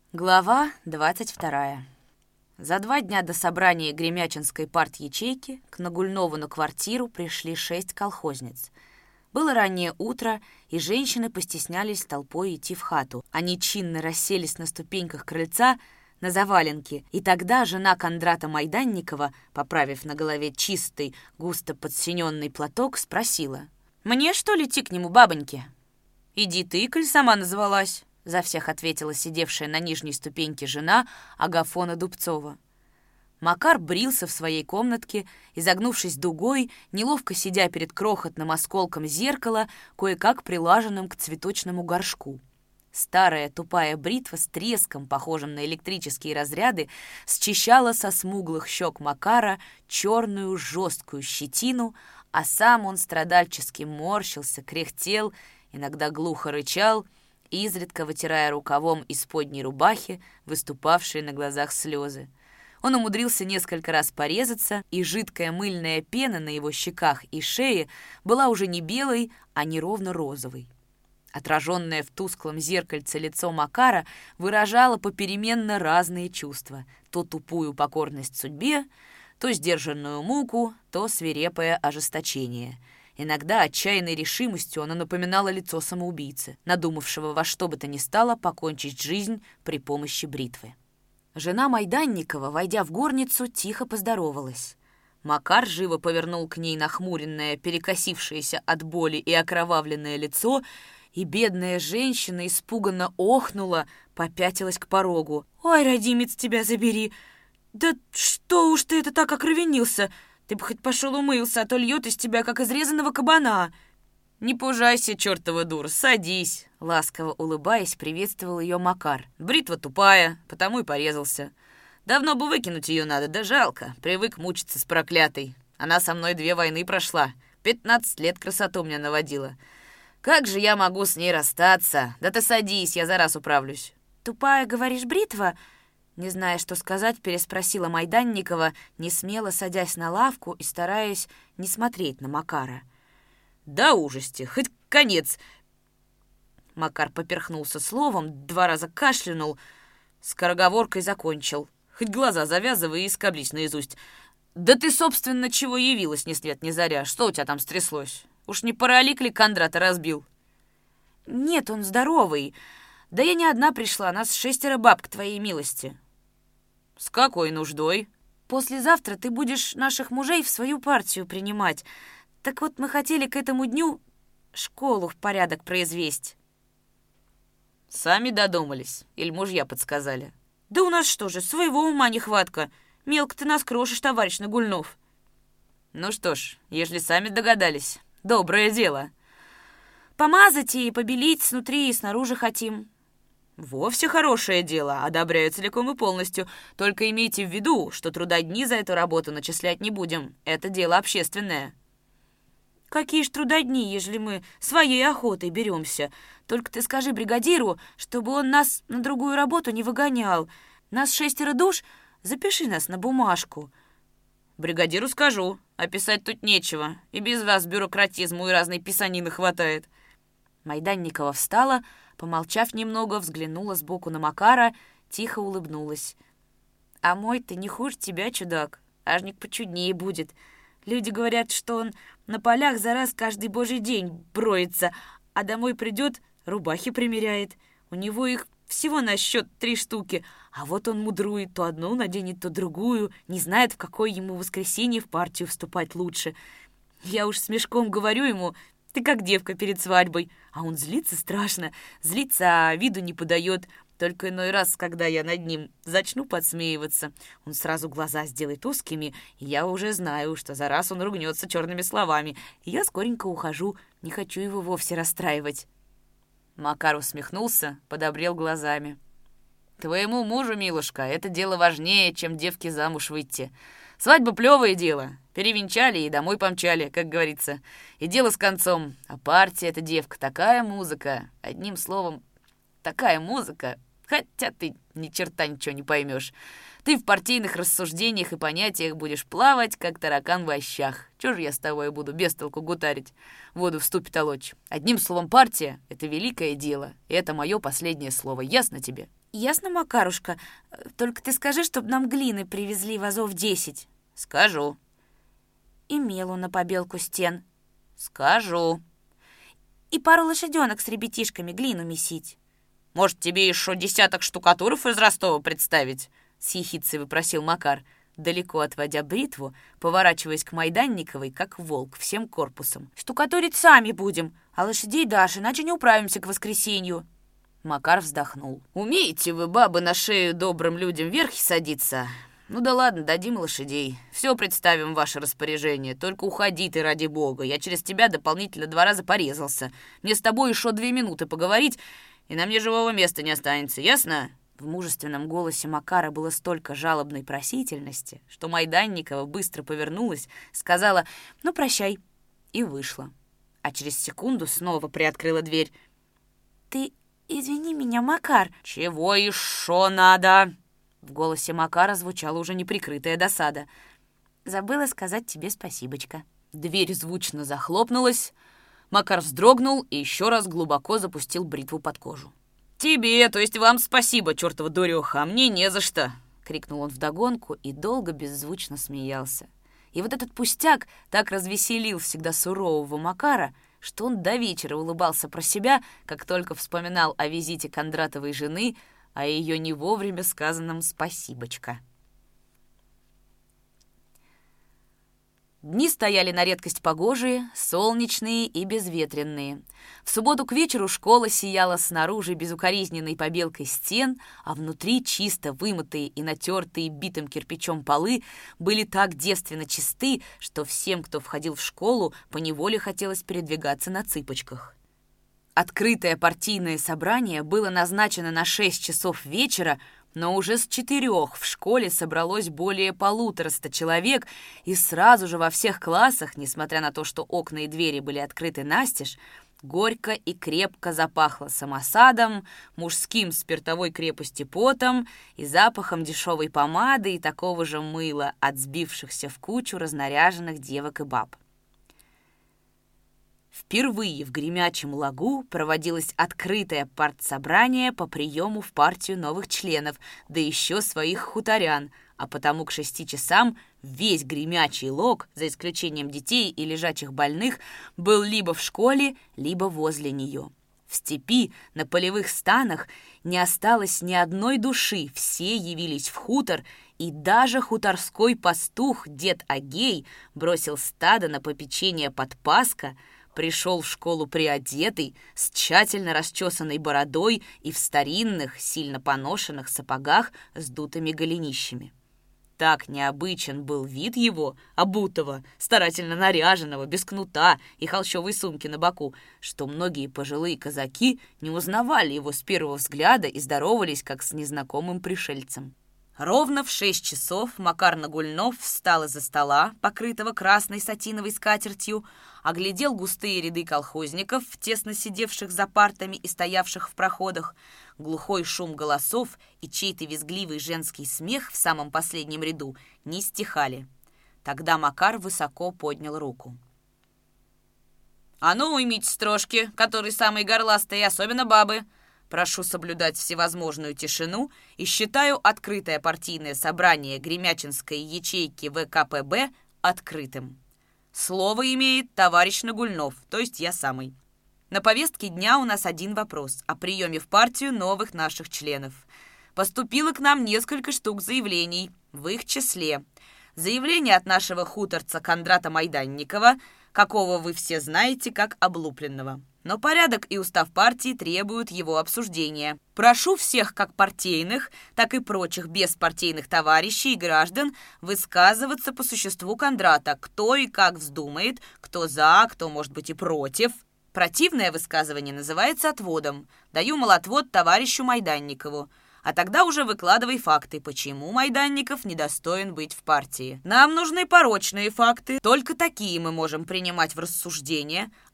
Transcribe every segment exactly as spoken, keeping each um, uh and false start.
Глава двадцать вторая. За два дня до собрания Гремячинской парт-ячейки к Нагульнову на квартиру пришли шесть колхозниц. Было раннее утро, и женщины постеснялись толпой идти в хату. Они чинно расселись на ступеньках крыльца на заваленке, и тогда жена Кондрата Майданникова, поправив на голове чистый, густо подсиненный платок, спросила: «Мне, что ли, идти к нему, бабоньки?» «Иди ты, коль сама назвалась», — за всех ответила сидевшая на нижней ступеньке жена Агафона Дубцова. Макар брился в своей комнатке, изогнувшись дугой, неловко сидя перед крохотным осколком зеркала, кое-как прилаженным к цветочному горшку. Старая тупая бритва с треском, похожим на электрические разряды, счищала со смуглых щек Макара черную жесткую щетину, а сам он страдальчески морщился, кряхтел, иногда глухо рычал, изредка вытирая рукавом исподней рубахи выступавшие на глазах слезы. Он умудрился несколько раз порезаться, и жидкая мыльная пена на его щеках и шее была уже не белой, а неровно розовой. Отраженное в тусклом зеркальце лицо Макара выражало попеременно разные чувства: то тупую покорность судьбе, то сдержанную муку, то свирепое ожесточение. Иногда отчаянной решимостью оно напоминало лицо самоубийцы, надумавшего во что бы то ни стало покончить жизнь при помощи бритвы. Жена Майданникова, войдя в горницу, тихо поздоровалась. Макар живо повернул к ней нахмуренное, перекосившееся от боли и окровавленное лицо, и бедная женщина испуганно охнула, попятилась к порогу. «Ой, родимец, тебя забери! Да что уж ты это так окровенился! Ты бы хоть пошел умылся, а то льет из тебя, как из резаного кабана!» «Не пужайся, чертова дура, садись!» Ласково улыбаясь, приветствовал ее Макар. «Бритва тупая, потому и порезался. Давно бы выкинуть ее надо, да жалко. Привык мучиться с проклятой. Она со мной две войны прошла. Пятнадцать лет красоту мне наводила. Как же я могу с ней расстаться? Да ты садись, я за раз управлюсь». «Тупая, говоришь, бритва?» Не зная, что сказать, переспросила Майданникова, не смело садясь на лавку и стараясь не смотреть на Макара. «Да ужасти, хоть конец!» Макар поперхнулся словом, два раза кашлянул, скороговоркой закончил. «Хоть глаза завязывай и скоблись наизусть. Да ты, собственно, чего явилась ни свет ни заря? Что у тебя там стряслось? Уж не паралик ли Кондрата разбил?» «Нет, он здоровый. Да я не одна пришла, нас шестеро баб к твоей милости». «С какой нуждой?» «Послезавтра ты будешь наших мужей в свою партию принимать. Так вот мы хотели к этому дню школу в порядок произвести». «Сами додумались? Или мужья подсказали?» «Да у нас что же, своего ума нехватка. Мелко ты нас крошишь, товарищ Нагульнов». «Ну что ж, ежели сами догадались, доброе дело». «Помазать и побелить снутри и снаружи хотим». «Вовсе хорошее дело, одобряю целиком и полностью. Только имейте в виду, что трудодни за эту работу начислять не будем. Это дело общественное». «Какие ж трудодни, ежели мы своей охотой беремся? Только ты скажи бригадиру, чтобы он нас на другую работу не выгонял. Нас шестеро душ, запиши нас на бумажку». «Бригадиру скажу, а писать тут нечего. И без вас бюрократизму и разной писанины хватает». Майданникова встала, помолчав немного, взглянула сбоку на Макара, тихо улыбнулась. «А мой-то не хуже тебя, чудак. Ажник почуднее будет. Люди говорят, что он на полях за раз каждый божий день броется, а домой придет, рубахи примеряет. У него их всего на счет три штуки, а вот он мудрует, то одну наденет, то другую, не знает, в какое ему воскресенье в партию вступать лучше. Я уж с мешком говорю ему: ты как девка перед свадьбой, а он злится страшно, злится, а виду не подает. Только иной раз, когда я над ним зачну подсмеиваться, он сразу глаза сделает узкими, и я уже знаю, что за раз он ругнется черными словами, и я скоренько ухожу, не хочу его вовсе расстраивать». Макар усмехнулся, подобрел глазами. «Твоему мужу, милушка, это дело важнее, чем девке замуж выйти. Свадьба — плевое дело. Перевенчали и домой помчали, как говорится. И дело с концом. А партия — это, девка, такая музыка. Одним словом, такая музыка. Хотя ты ни черта ничего не поймешь. Ты в партийных рассуждениях и понятиях будешь плавать, как таракан в ощах. Чего же я с тобой буду без толку гутарить, воду в ступе толочь? Одним словом, партия — это великое дело, и это мое последнее слово. Ясно тебе? Ясно, Макарушка. Только ты скажи, чтобы нам глины привезли вазов десять. Скажу. И мелу на побелку стен. Скажу. И пару лошаденок с ребятишками глину месить. Может, тебе еще десяток штукатуров из Ростова представить? С ехицей выпросил Макар, далеко отводя бритву, поворачиваясь к Майданниковой, как волк, всем корпусом. Штукатурить сами будем, а лошадей дашь, иначе не управимся к воскресенью. Макар вздохнул. «Умеете вы, бабы, на шею добрым людям верхи садиться? Ну да ладно, дадим лошадей. Все представим в ваше распоряжение. Только уходи ты, ради бога. Я через тебя дополнительно два раза порезался. Мне с тобой еще две минуты поговорить, и на мне живого места не останется, ясно?» В мужественном голосе Макара было столько жалобной просительности, что Майданникова быстро повернулась, сказала «Ну, прощай», и вышла. А через секунду снова приоткрыла дверь. «Ты извини меня, Макар». «Чего еще надо?» В голосе Макара звучала уже неприкрытая досада. «Забыла сказать тебе спасибочка». Дверь звучно захлопнулась. Макар вздрогнул и еще раз глубоко запустил бритву под кожу. «Тебе, то есть вам спасибо, чертова дуреха, а мне не за что!» — крикнул он вдогонку и долго беззвучно смеялся. И вот этот пустяк так развеселил всегда сурового Макара, что он до вечера улыбался про себя, как только вспоминал о визите Кондратовой жены, о ее не вовремя сказанном «спасибочка». Дни стояли на редкость погожие, солнечные и безветренные. В субботу к вечеру школа сияла снаружи безукоризненной побелкой стен, а внутри чисто вымытые и натертые битым кирпичом полы были так девственно чисты, что всем, кто входил в школу, поневоле хотелось передвигаться на цыпочках. Открытое партийное собрание было назначено на шесть часов вечера, но уже с четырех в школе собралось более полутораста человек, и сразу же во всех классах, несмотря на то, что окна и двери были открыты настежь, горько и крепко запахло самосадом, мужским спиртовой крепости потом и запахом дешевой помады и такого же мыла от сбившихся в кучу разнаряженных девок и баб. Впервые в Гремячем Лагу проводилось открытое партсобрание по приему в партию новых членов, да еще своих хуторян, а потому к шести часам весь Гремячий Лог, за исключением детей и лежачих больных, был либо в школе, либо возле нее. В степи, на полевых станах не осталось ни одной души, все явились в хутор, и даже хуторской пастух дед Агей бросил стадо на попечение подпаска, пришел в школу приодетый, с тщательно расчесанной бородой и в старинных, сильно поношенных сапогах с дутыми голенищами. Так необычен был вид его, обутого, старательно наряженного, без кнута и холщовой сумки на боку, что многие пожилые казаки не узнавали его с первого взгляда и здоровались, как с незнакомым пришельцем. Ровно в шесть часов Макар Нагульнов встал из-за стола, покрытого красной сатиновой скатертью, оглядел густые ряды колхозников, тесно сидевших за партами и стоявших в проходах. Глухой шум голосов и чей-то визгливый женский смех в самом последнем ряду не стихали. Тогда Макар высоко поднял руку. «А ну, уймите строжки, которые самые горластые, особенно бабы! Прошу соблюдать всевозможную тишину и считаю открытое партийное собрание Гремячинской ячейки вэ ка пэ бэ открытым. Слово имеет товарищ Нагульнов, то есть я самый. На повестке дня у нас один вопрос о приеме в партию новых наших членов. Поступило к нам несколько штук заявлений, в их числе заявление от нашего хуторца Кондрата Майданникова, какого вы все знаете как облупленного. Но порядок и устав партии требуют его обсуждения. Прошу всех как партийных, так и прочих беспартийных товарищей и граждан высказываться по существу Кондрата, кто и как вздумает, кто за, кто, может быть, и против. Противное высказывание называется отводом. Даю, мол, отвод товарищу Майданникову. А тогда уже выкладывай факты, почему Майданников недостоин быть в партии. Нам нужны порочные факты. Только такие мы можем принимать в рассуждение,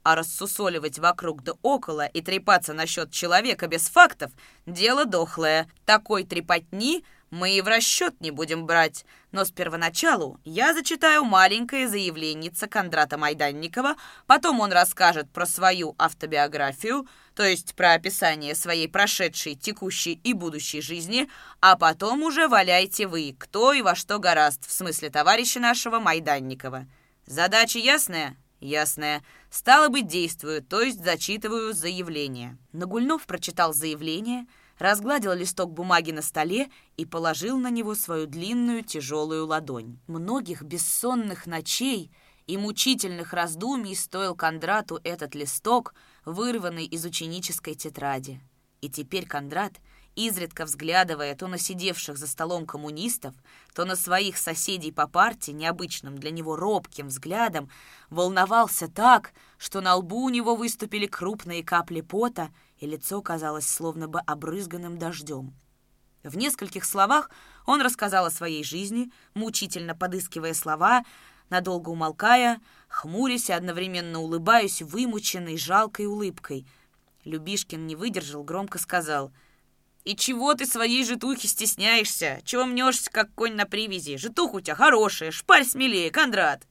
А рассусоливать вокруг да около и трепаться насчет человека без фактов – дело дохлое. Такой трепотни мы и в расчет не будем брать. Но с первоначалу я зачитаю маленькое заявленице Кондрата Майданникова, потом он расскажет про свою автобиографию, то есть про описание своей прошедшей, текущей и будущей жизни, а потом уже валяйте вы, кто и во что горазд, в смысле товарища нашего Майданникова. Задача ясная? Ясная. Стало быть, действую, то есть зачитываю заявление. Нагульнов прочитал заявление, разгладил листок бумаги на столе и положил на него свою длинную тяжелую ладонь. Многих бессонных ночей и мучительных раздумий стоил Кондрату этот листок, вырванный из ученической тетради. И теперь Кондрат, изредка взглядывая то на сидевших за столом коммунистов, то на своих соседей по партии необычным для него робким взглядом, волновался так, что на лбу у него выступили крупные капли пота, и лицо казалось словно бы обрызганным дождем. В нескольких словах он рассказал о своей жизни, мучительно подыскивая слова, надолго умолкая, хмурясь и одновременно улыбаясь вымученной, жалкой улыбкой. Любишкин не выдержал, громко сказал: «И чего ты своей житухи стесняешься? Чего мнешься, как конь на привязи? Житуха у тебя хорошая, шпарь смелее, Кондрат!»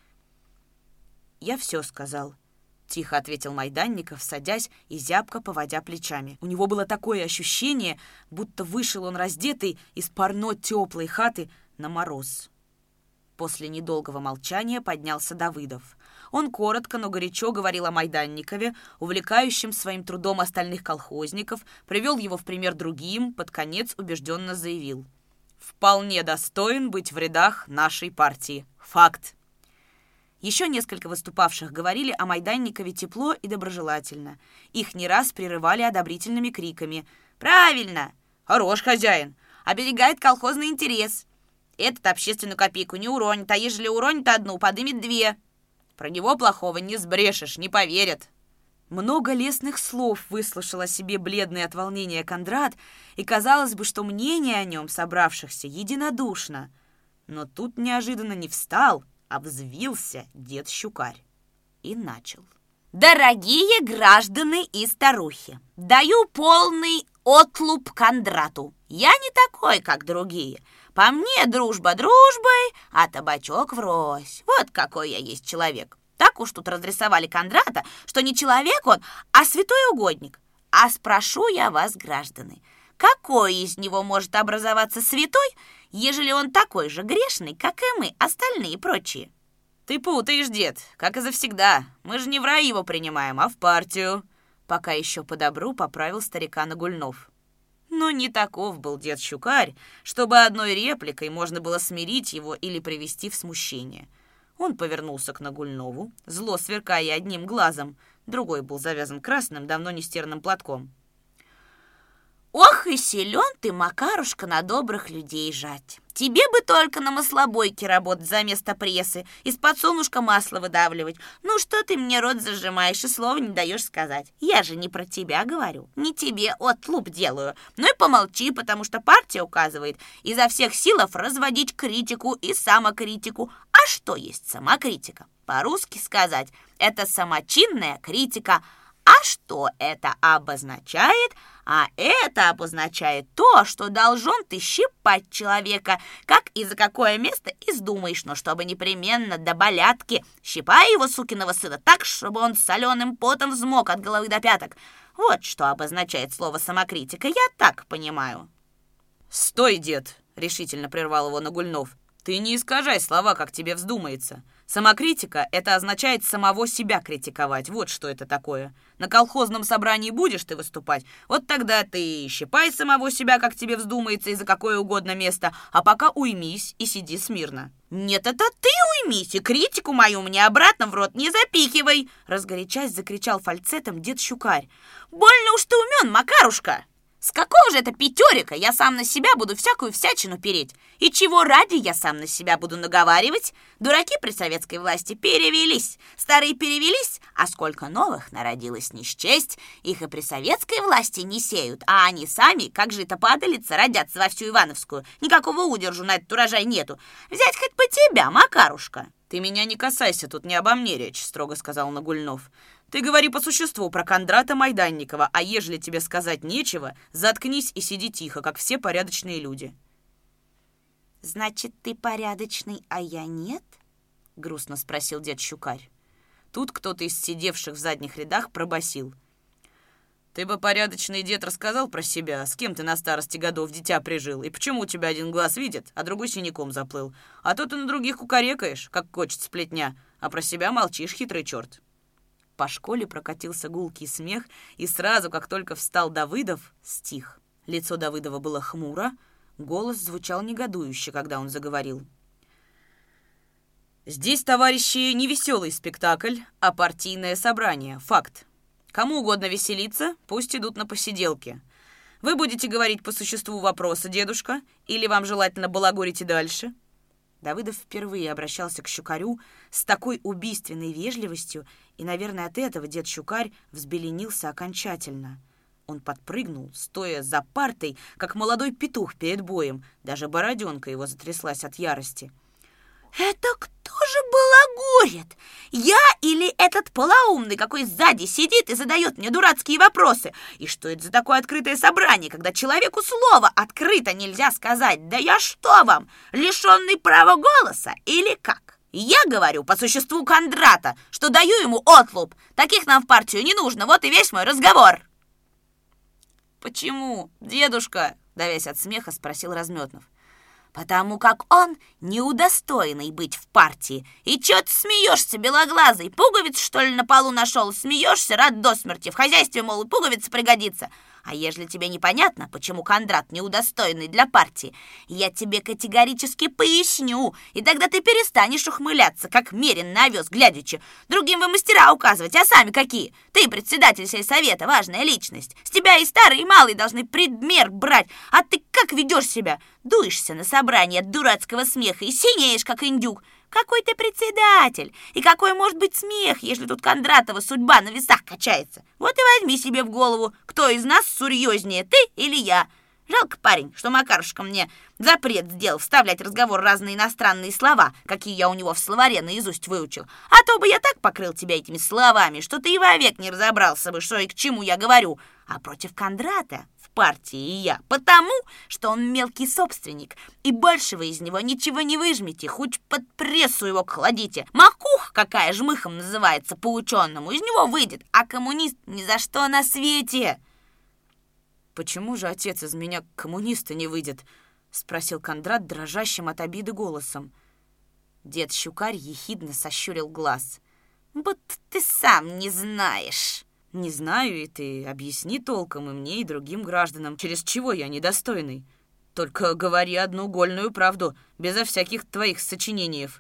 «Я все сказал», — тихо ответил Майданников, садясь и зябко поводя плечами. У него было такое ощущение, будто вышел он раздетый из парно теплой хаты на мороз. После недолгого молчания поднялся Давыдов. Он коротко, но горячо говорил о Майданникове, увлекающем своим трудом остальных колхозников, привел его в пример другим, под конец убежденно заявил: «Вполне достоин быть в рядах нашей партии. Факт». Еще несколько выступавших говорили о Майданникове тепло и доброжелательно. Их не раз прерывали одобрительными криками: «Правильно! Хорош хозяин! Оберегает колхозный интерес! Этот общественную копейку не уронит, а ежели уронит одну, подымет две. Про него плохого не сбрешешь, не поверят». Много лестных слов выслушал о себе бледный от волнения Кондрат, и казалось бы, что мнение о нем собравшихся единодушно. Но тут неожиданно не встал, а взвился дед Щукарь и начал. «Дорогие граждане и старухи, даю полный отлуп Кондрату. Я не такой, как другие. По мне дружба дружбой, а табачок врозь. Вот какой я есть человек. Так уж тут разрисовали Кондрата, что не человек он, а святой угодник. А спрошу я вас, граждане, какой из него может образоваться святой, ежели он такой же грешный, как и мы, остальные прочие?» «Ты путаешь, дед, как и завсегда. Мы же не в рай его принимаем, а в партию». Пока еще по добру поправил старика Нагульнов. Но не таков был дед Щукарь, чтобы одной репликой можно было смирить его или привести в смущение. Он повернулся к Нагульнову, зло сверкая одним глазом, другой был завязан красным, давно не стиранным платком. «Ох и силен ты, Макарушка, на добрых людей жать. Тебе бы только на маслобойке работать за место прессы, из-под солнышка масло выдавливать. Ну что ты мне рот зажимаешь и слова не даешь сказать? Я же не про тебя говорю, не тебе отлуп делаю. Ну и помолчи, потому что партия указывает изо всех силов разводить критику и самокритику. А что есть самокритика? По-русски сказать, это самочинная критика. А что это обозначает? А это обозначает то, что должен ты щипать человека, как и за какое место издумаешь, но чтобы непременно до болятки. Щипай его, сукиного сына, так, чтобы он соленым потом взмок от головы до пяток. Вот что обозначает слово самокритика, я так понимаю. «Стой, дед!» — решительно прервал его Нагульнов. «Ты не искажай слова, как тебе вздумается. Самокритика — это означает самого себя критиковать. Вот что это такое. На колхозном собрании будешь ты выступать, вот тогда ты щипай самого себя, как тебе вздумается, и за какое угодно место, а пока уймись и сиди смирно». «Нет, это ты уймись, и критику мою мне обратно в рот не запихивай!» Разгорячась, закричал фальцетом дед Щукарь. «Больно уж ты умен, Макарушка! С какого же это пятерика я сам на себя буду всякую всячину переть? И чего ради я сам на себя буду наговаривать? Дураки при советской власти перевелись, старые перевелись, а сколько новых народилось не счесть. Их и при советской власти не сеют, а они сами, как жито падалица, родятся во всю Ивановскую. Никакого удержу на этот урожай нету. Взять хоть по тебя, Макарушка!» «Ты меня не касайся, тут не обо мне речь», — строго сказал Нагульнов. Ты говори по существу про Кондрата Майданникова, а ежели тебе сказать нечего, заткнись и сиди тихо, как все порядочные люди». «Значит, ты порядочный, а я нет?» — грустно спросил дед Щукарь. Тут кто-то из сидевших в задних рядах пробасил: «Ты бы, порядочный дед, рассказал про себя, с кем ты на старости годов дитя прижил, и почему у тебя один глаз видит, а другой синяком заплыл. А то ты на других кукарекаешь, как кочет сплетня, а про себя молчишь, хитрый черт». По школе прокатился гулкий смех, и сразу, как только встал Давыдов, стих. Лицо Давыдова было хмуро, голос звучал негодующе, когда он заговорил. «Здесь, товарищи, не веселый спектакль, а партийное собрание. Факт. Кому угодно веселиться, пусть идут на посиделки. Вы будете говорить по существу вопроса, дедушка, или вам желательно балагурить и дальше?» Давыдов впервые обращался к Щукарю с такой убийственной вежливостью, и, наверное, от этого дед Щукарь взбеленился окончательно. Он подпрыгнул, стоя за партой, как молодой петух перед боем. Даже бороденка его затряслась от ярости. «Это кто же балагурит? Я или этот полоумный, какой сзади сидит и задает мне дурацкие вопросы? И что это за такое открытое собрание, когда человеку слова открыто нельзя сказать? Да я что вам, лишенный права голоса или как? Я говорю по существу Кондрата, что даю ему отлуп. Таких нам в партию не нужно, вот и весь мой разговор». «Почему, дедушка?» — давясь от смеха, спросил Разметнов. «Потому как он неудостойный быть в партии. И чё ты смеешься, белоглазый? Пуговиц, что ли, на полу нашел? Смеешься, рад до смерти. В хозяйстве, мол, и пуговица пригодится. А ежели тебе непонятно, почему Кондрат неудостойный для партии, я тебе категорически поясню, и тогда ты перестанешь ухмыляться, как мерин на овес, глядячи. Другим вы мастера указывать, а сами какие? Ты председатель сельсовета, важная личность. С тебя и старый, и малый должны предмер брать. А ты как ведешь себя? Дуешься на собрание от дурацкого смеха и синеешь, как индюк. Какой ты председатель? И какой может быть смех, если тут Кондратова судьба на весах качается? Вот и возьми себе в голову, кто из нас серьезнее, ты или я. Жалко, парень, что Макарушка мне запрет сделал вставлять в разговор разные иностранные слова, какие я у него в словаре наизусть выучил. А то бы я так покрыл тебя этими словами, что ты и вовек не разобрался бы, что и к чему я говорю. А против Кондрата в партии и я, потому что он мелкий собственник, и большего из него ничего не выжмете, хоть под прессу его кладите. Макуха какая жмыхом называется по-ученому, из него выйдет, а коммунист ни за что на свете. «Почему же отец из меня коммуниста не выйдет?» — спросил Кондрат дрожащим от обиды голосом. Дед Щукарь ехидно сощурил глаз. «Будто ты сам не знаешь». «Не знаю, и ты объясни толком и мне, и другим гражданам, через чего я недостойный. Только говори одну гольную правду, безо всяких твоих сочинениев».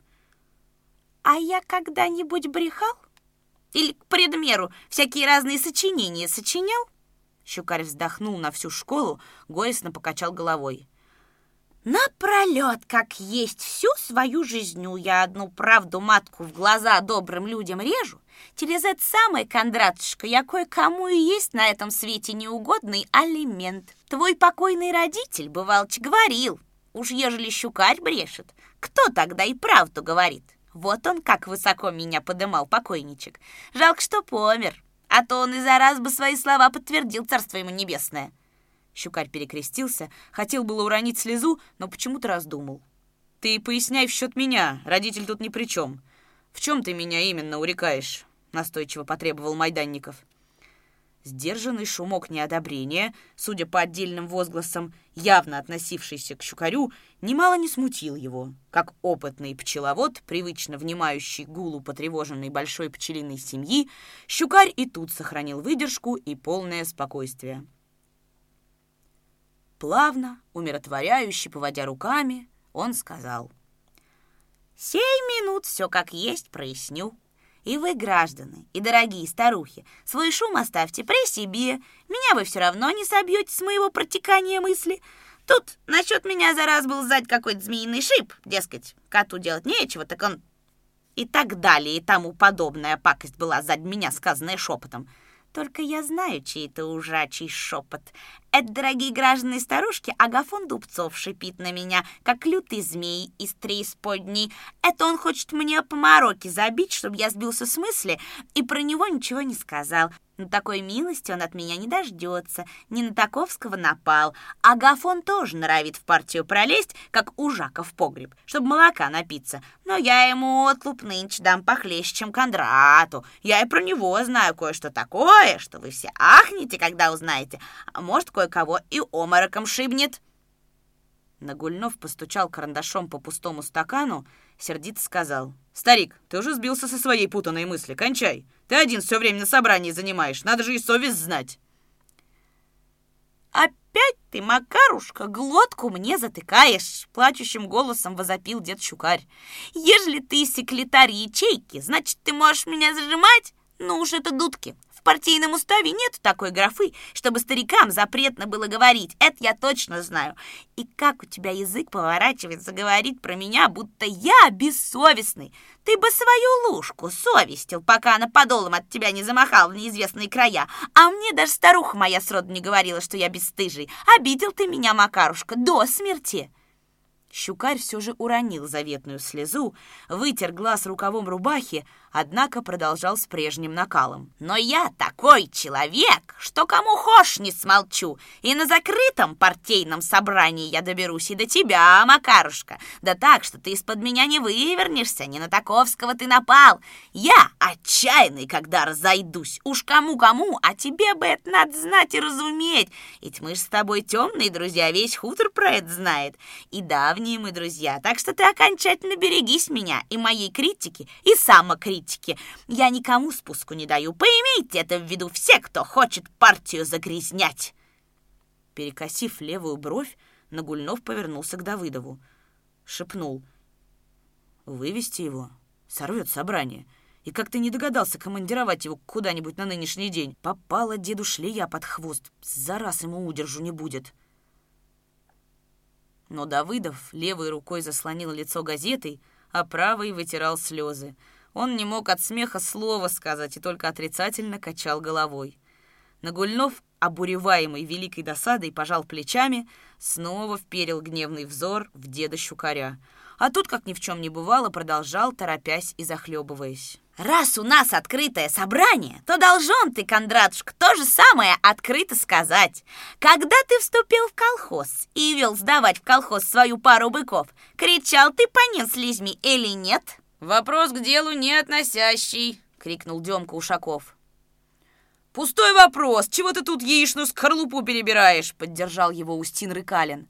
«А я когда-нибудь брехал? Или, к предмеру, всякие разные сочинения сочинял?» Щукарь вздохнул на всю школу, горестно покачал головой. «Напролет, как есть, всю свою жизнью я одну правду матку в глаза добрым людям режу. Через это самое, Кондратушка, я кое-кому и есть на этом свете неугодный алимент. Твой покойный родитель, бывалыч, говорил, уж ежели Щукарь брешет, кто тогда и правду говорит? Вот он как высоко меня подымал, покойничек. Жалко, что помер, а то он и за раз бы свои слова подтвердил, царство ему небесное». Щукарь перекрестился, хотел было уронить слезу, но почему-то раздумал. «Ты поясняй в счет меня, родитель тут ни при чем. В чем ты меня именно урекаешь?» — настойчиво потребовал Майданников. Сдержанный шумок неодобрения, судя по отдельным возгласам, явно относившийся к Щукарю, немало не смутил его. Как опытный пчеловод, привычно внимающий гулу потревоженной большой пчелиной семьи, Щукарь и тут сохранил выдержку и полное спокойствие. Плавно, умиротворяюще, поводя руками, он сказал: «Сей минут все как есть проясню. И вы, граждане, и дорогие старухи, свой шум оставьте при себе. Меня вы все равно не собьете с моего протекания мысли. Тут насчет меня за раз был сзади какой-то змеиный шип, дескать, коту делать нечего, так он...» И так далее, и тому подобная пакость была сзади меня, сказанная шепотом. Только я знаю, чей это ужачий шепот. Это, дорогие граждане и старушки, Агафон Дубцов шипит на меня, как лютый змей из преисподней. Это он хочет мне по мороке забить, чтобы я сбился с мысли и про него ничего не сказал. Но такой милости он от меня не дождется. Не на Таковского напал. Агафон тоже норовит в партию пролезть, как ужака в погреб, чтобы молока напиться. Но я ему отлуп нынче дам похлеще, чем Кондрату. Я и про него знаю кое-что такое, что вы все ахнете, когда узнаете. А может, кое-кого и омороком шибнет. Нагульнов постучал карандашом по пустому стакану, сердито сказал: «Старик, ты уже сбился со своей путанной мысли. Кончай. Ты один все время на собрании занимаешь. Надо же и совесть знать». «Опять ты, Макарушка, глотку мне затыкаешь!» Плачущим голосом возопил дед Щукарь. «Ежели ты секретарь ячейки, значит, ты можешь меня зажимать? Ну уж это дудки. В партийном уставе нет такой графы, чтобы старикам запретно было говорить. Это я точно знаю. И как у тебя язык поворачивается говорить про меня, будто я бессовестный. Ты бы свою лужку совестил, пока она подолом от тебя не замахала в неизвестные края. А мне даже старуха моя сроду не говорила, что я бесстыжий. Обидел ты меня, Макарушка, до смерти». Щукарь все же уронил заветную слезу, вытер глаз рукавом рубахи, однако продолжал с прежним накалом. «Но я такой человек, что кому хошь не смолчу, и на закрытом партийном собрании я доберусь и до тебя, Макарушка. Да так, что ты из-под меня не вывернешься, не на Таковского ты напал. Я отчаянный, когда разойдусь. Уж кому-кому, а тебе бы это надо знать и разуметь. Ведь мы ж с тобой темные друзья, весь хутор про это знает. И давние мы друзья, так что ты окончательно берегись меня и моей критики, и самокритики. Я никому спуску не даю. Поимейте это в виду все, кто хочет партию загрязнять». Перекосив левую бровь, Нагульнов повернулся к Давыдову. Шепнул: «Вывести его? Сорвет собрание. И как ты не догадался командировать его куда-нибудь на нынешний день? Попала деду шлея под хвост. За раз ему удержу не будет». Но Давыдов левой рукой заслонил лицо газетой, а правой вытирал слезы. Он не мог от смеха слова сказать и только отрицательно качал головой. Нагульнов, обуреваемый великой досадой, пожал плечами, снова вперил гневный взор в деда Щукаря. А тут, как ни в чем не бывало, продолжал, торопясь и захлебываясь: «Раз у нас открытое собрание, то должен ты, Кондратушка, то же самое открыто сказать. Когда ты вступил в колхоз и вел сдавать в колхоз свою пару быков, кричал ты по ним слизьми или нет?» «Вопрос к делу не относящий», — крикнул Демка Ушаков. «Пустой вопрос! Чего ты тут яичную скорлупу перебираешь?» — поддержал его Устин Рыкалин.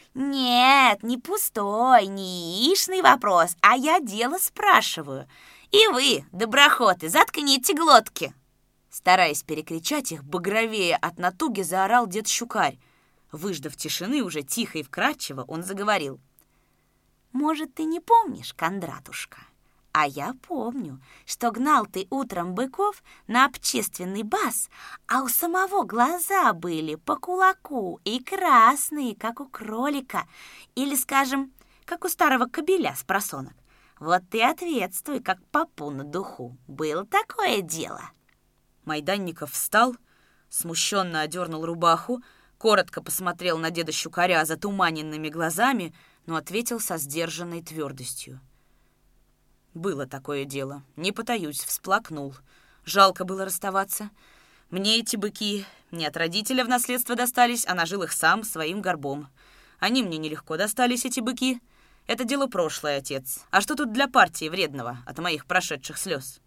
«Нет, не пустой, не яичный вопрос, а я дело спрашиваю. И вы, доброхоты, заткните глотки!» Стараясь перекричать их, багровее от натуги заорал дед Щукарь. Выждав тишины, уже тихо и вкрадчиво, он заговорил: «Может, ты не помнишь, Кондратушка? А я помню, что гнал ты утром быков на общественный баз, а у самого глаза были по кулаку и красные, как у кролика, или, скажем, как у старого кобеля с просонок. Вот ты ответствуй, как попу на духу. Было такое дело?» Майданников встал, смущенно одернул рубаху, коротко посмотрел на деда Щукаря затуманенными глазами, но ответил со сдержанной твердостью: «Было такое дело, не потаюсь, всплакнул. Жалко было расставаться. Мне эти быки не от родителя в наследство достались, а нажил их сам своим горбом. Они мне нелегко достались, эти быки. Это дело прошлое, отец. А что тут для партии вредного от моих прошедших слез?»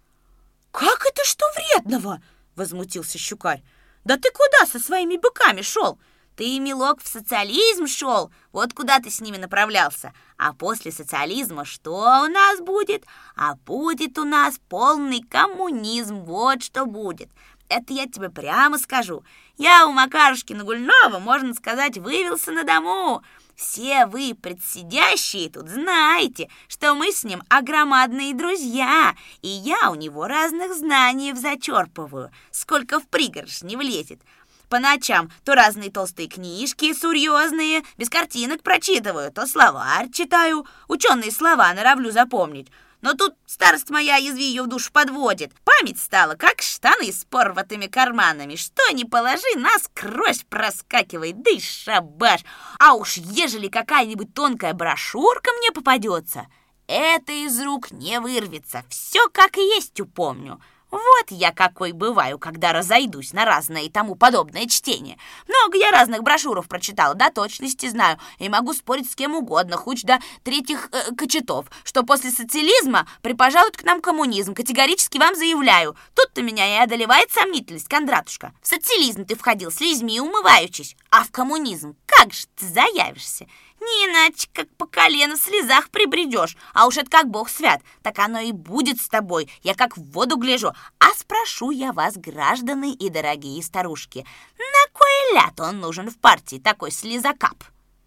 «Как это что вредного?» — возмутился Щукарь. «Да ты куда со своими быками шел? Ты, милок, в социализм шел, вот куда ты с ними направлялся. А после социализма что у нас будет? А будет у нас полный коммунизм, вот что будет. Это я тебе прямо скажу. Я у Макарушки Нагульнова, можно сказать, вывелся на дому. Все вы, предсидящие тут, знаете, что мы с ним огромадные друзья, и я у него разных знаний зачерпываю, сколько в пригорш не влезет. По ночам то разные толстые книжки серьезные, без картинок прочитываю, то словарь читаю, ученые слова норовлю запомнить. Но тут старость моя, язви ее в душу, подводит. Память стала, как штаны с порватыми карманами. Что ни положи, насквозь проскакивает, да и шабаш. А уж ежели какая-нибудь тонкая брошюрка мне попадется, это из рук не вырвется. Все как есть упомню. Вот я какой бываю, когда разойдусь на разное и тому подобное чтение. Много я разных брошюров прочитала, до точности знаю, и могу спорить с кем угодно, хоть до третьих э, кочетов, что после социализма припожалует к нам коммунизм. Категорически вам заявляю, тут-то меня и одолевает сомнительность, Кондратушка. В социализм ты входил слизьми умываючись, а в коммунизм как же ты заявишься? Не иначе, как по колено в слезах прибредешь. А уж это как Бог свят, так оно и будет с тобой. Я как в воду гляжу. А спрошу я вас, граждане и дорогие старушки, на кой ляд он нужен в партии, такой слезокап?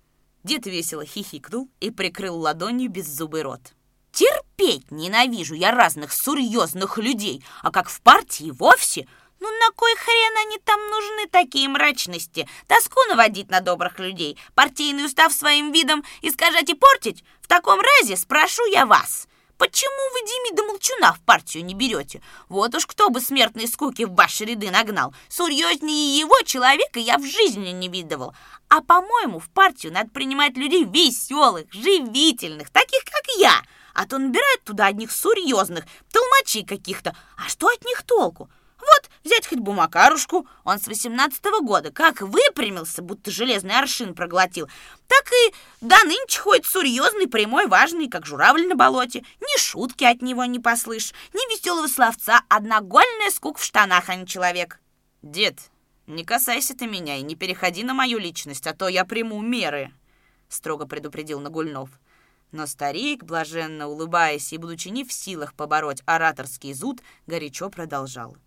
Дед весело хихикнул и прикрыл ладонью беззубый рот. Терпеть ненавижу я разных серьезных людей, а как в партии вовсе... Ну на кой хрен они там нужны, такие мрачности? Тоску наводить на добрых людей, партийный устав своим видом искажать и портить? В таком разе спрошу я вас, почему вы Демида Молчуна в партию не берете? Вот уж кто бы смертной скуки в ваши ряды нагнал. Серьезнее его человека я в жизни не видывал. А по-моему, в партию надо принимать людей веселых, живительных, таких как я. А то набирают туда одних серьезных, толмачей каких-то. А что от них толку? Вот, взять хоть Бумакарушку, он с восемнадцатого года как выпрямился, будто железный аршин проглотил, так и до нынче ходит серьезный, прямой, важный, как журавль на болоте. Ни шутки от него не послышь, ни веселого словца, одногольная скука в штанах, а не человек. Дед, не касайся ты меня и не переходи на мою личность, а то я приму меры, строго предупредил Нагульнов. Но старик, блаженно улыбаясь и будучи не в силах побороть ораторский зуд, горячо продолжал.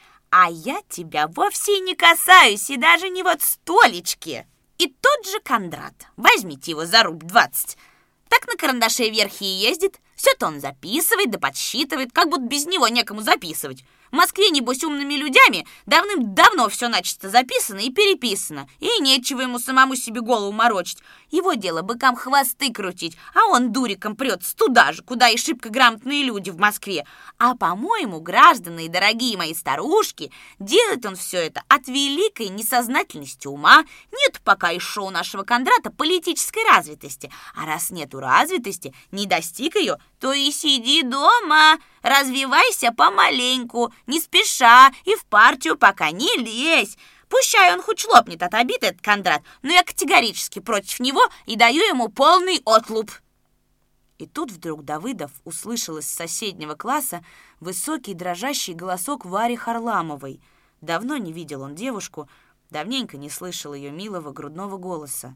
А я тебя вовсе не касаюсь, и даже не вот столечки. И тот же Кондрат, возьмите его за рубль двадцать, так на карандаше вверх и ездит, все-то он записывает да подсчитывает, как будто без него некому записывать. В Москве, небось, умными людьми давным-давно все начисто записано и переписано, и нечего ему самому себе голову морочить. Его дело быкам хвосты крутить, а он дуриком прется туда же, куда и шибко грамотные люди в Москве. А, по-моему, граждане и дорогие мои старушки, делает он все это от великой несознательности ума. Нет пока еще у нашего Кондрата политической развитости, а раз нету развитости, не достиг ее, то и сиди дома, развивайся помаленьку, не спеша, и в партию пока не лезь. Пущай он хоть шлопнет от обид, этот Кондрат, но я категорически против него и даю ему полный отлуп. И тут вдруг Давыдов услышал из соседнего класса высокий дрожащий голосок Вари Харламовой. Давно не видел он девушку, давненько не слышал ее милого грудного голоса.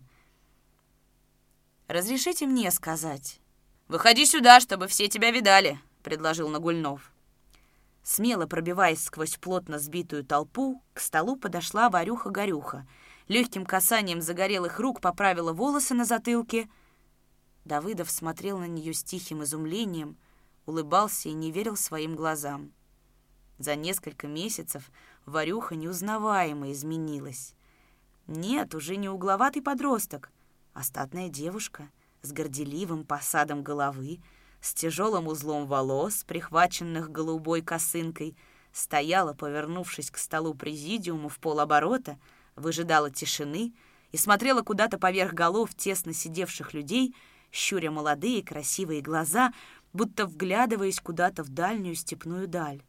«Разрешите мне сказать?» «Выходи сюда, чтобы все тебя видали», — предложил Нагульнов. Смело пробиваясь сквозь плотно сбитую толпу, к столу подошла Варюха-Горюха. Легким касанием загорелых рук поправила волосы на затылке. Давыдов смотрел на нее с тихим изумлением, улыбался и не верил своим глазам. За несколько месяцев Варюха неузнаваемо изменилась. Нет, уже не угловатый подросток, а статная девушка с горделивым посадом головы, с тяжелым узлом волос, прихваченных голубой косынкой, стояла, повернувшись к столу президиума в полоборота, выжидала тишины и смотрела куда-то поверх голов тесно сидевших людей, щуря молодые красивые глаза, будто вглядываясь куда-то в дальнюю степную даль.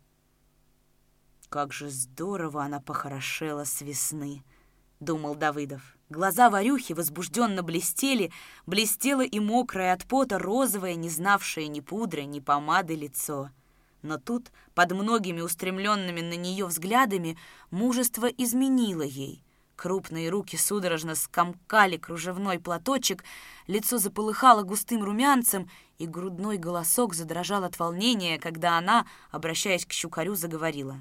«Как же здорово она похорошела с весны!» — думал Давыдов. Глаза Варюхи возбужденно блестели, блестело и мокрое от пота розовое, не знавшее ни пудры, ни помады лицо. Но тут, под многими устремленными на нее взглядами, мужество изменило ей. Крупные руки судорожно скомкали кружевной платочек, лицо заполыхало густым румянцем, и грудной голосок задрожал от волнения, когда она, обращаясь к щукарю, заговорила.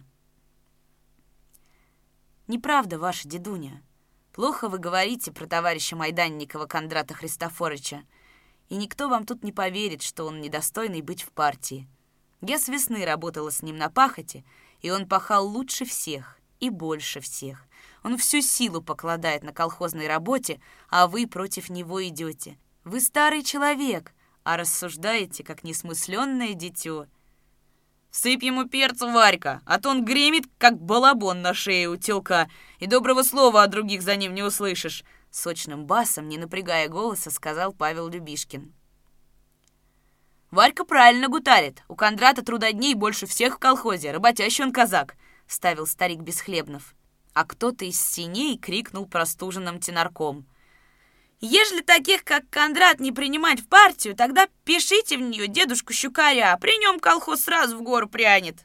«Неправда, ваша дедуня. Плохо вы говорите про товарища Майданникова Кондрата Христофорыча, и никто вам тут не поверит, что он недостойный быть в партии. Я с весны работала с ним на пахоте, и он пахал лучше всех и больше всех. Он всю силу покладает на колхозной работе, а вы против него идете. Вы старый человек, а рассуждаете, как несмысленное дитё. Всыпь ему перцу, Варька, а то он гремит, как балабон на шее у телка, и доброго слова от других за ним не услышишь», — сочным басом, не напрягая голоса, сказал Павел Любишкин. «Варька правильно гутарит. У Кондрата трудодней больше всех в колхозе. Работящий он казак», — вставил старик Бесхлебнов. А кто-то из синей крикнул простуженным тенорком: «Ежели таких, как Кондрат, не принимать в партию, тогда пишите в нее дедушку Щукаря, при нем колхоз сразу в гору прянет».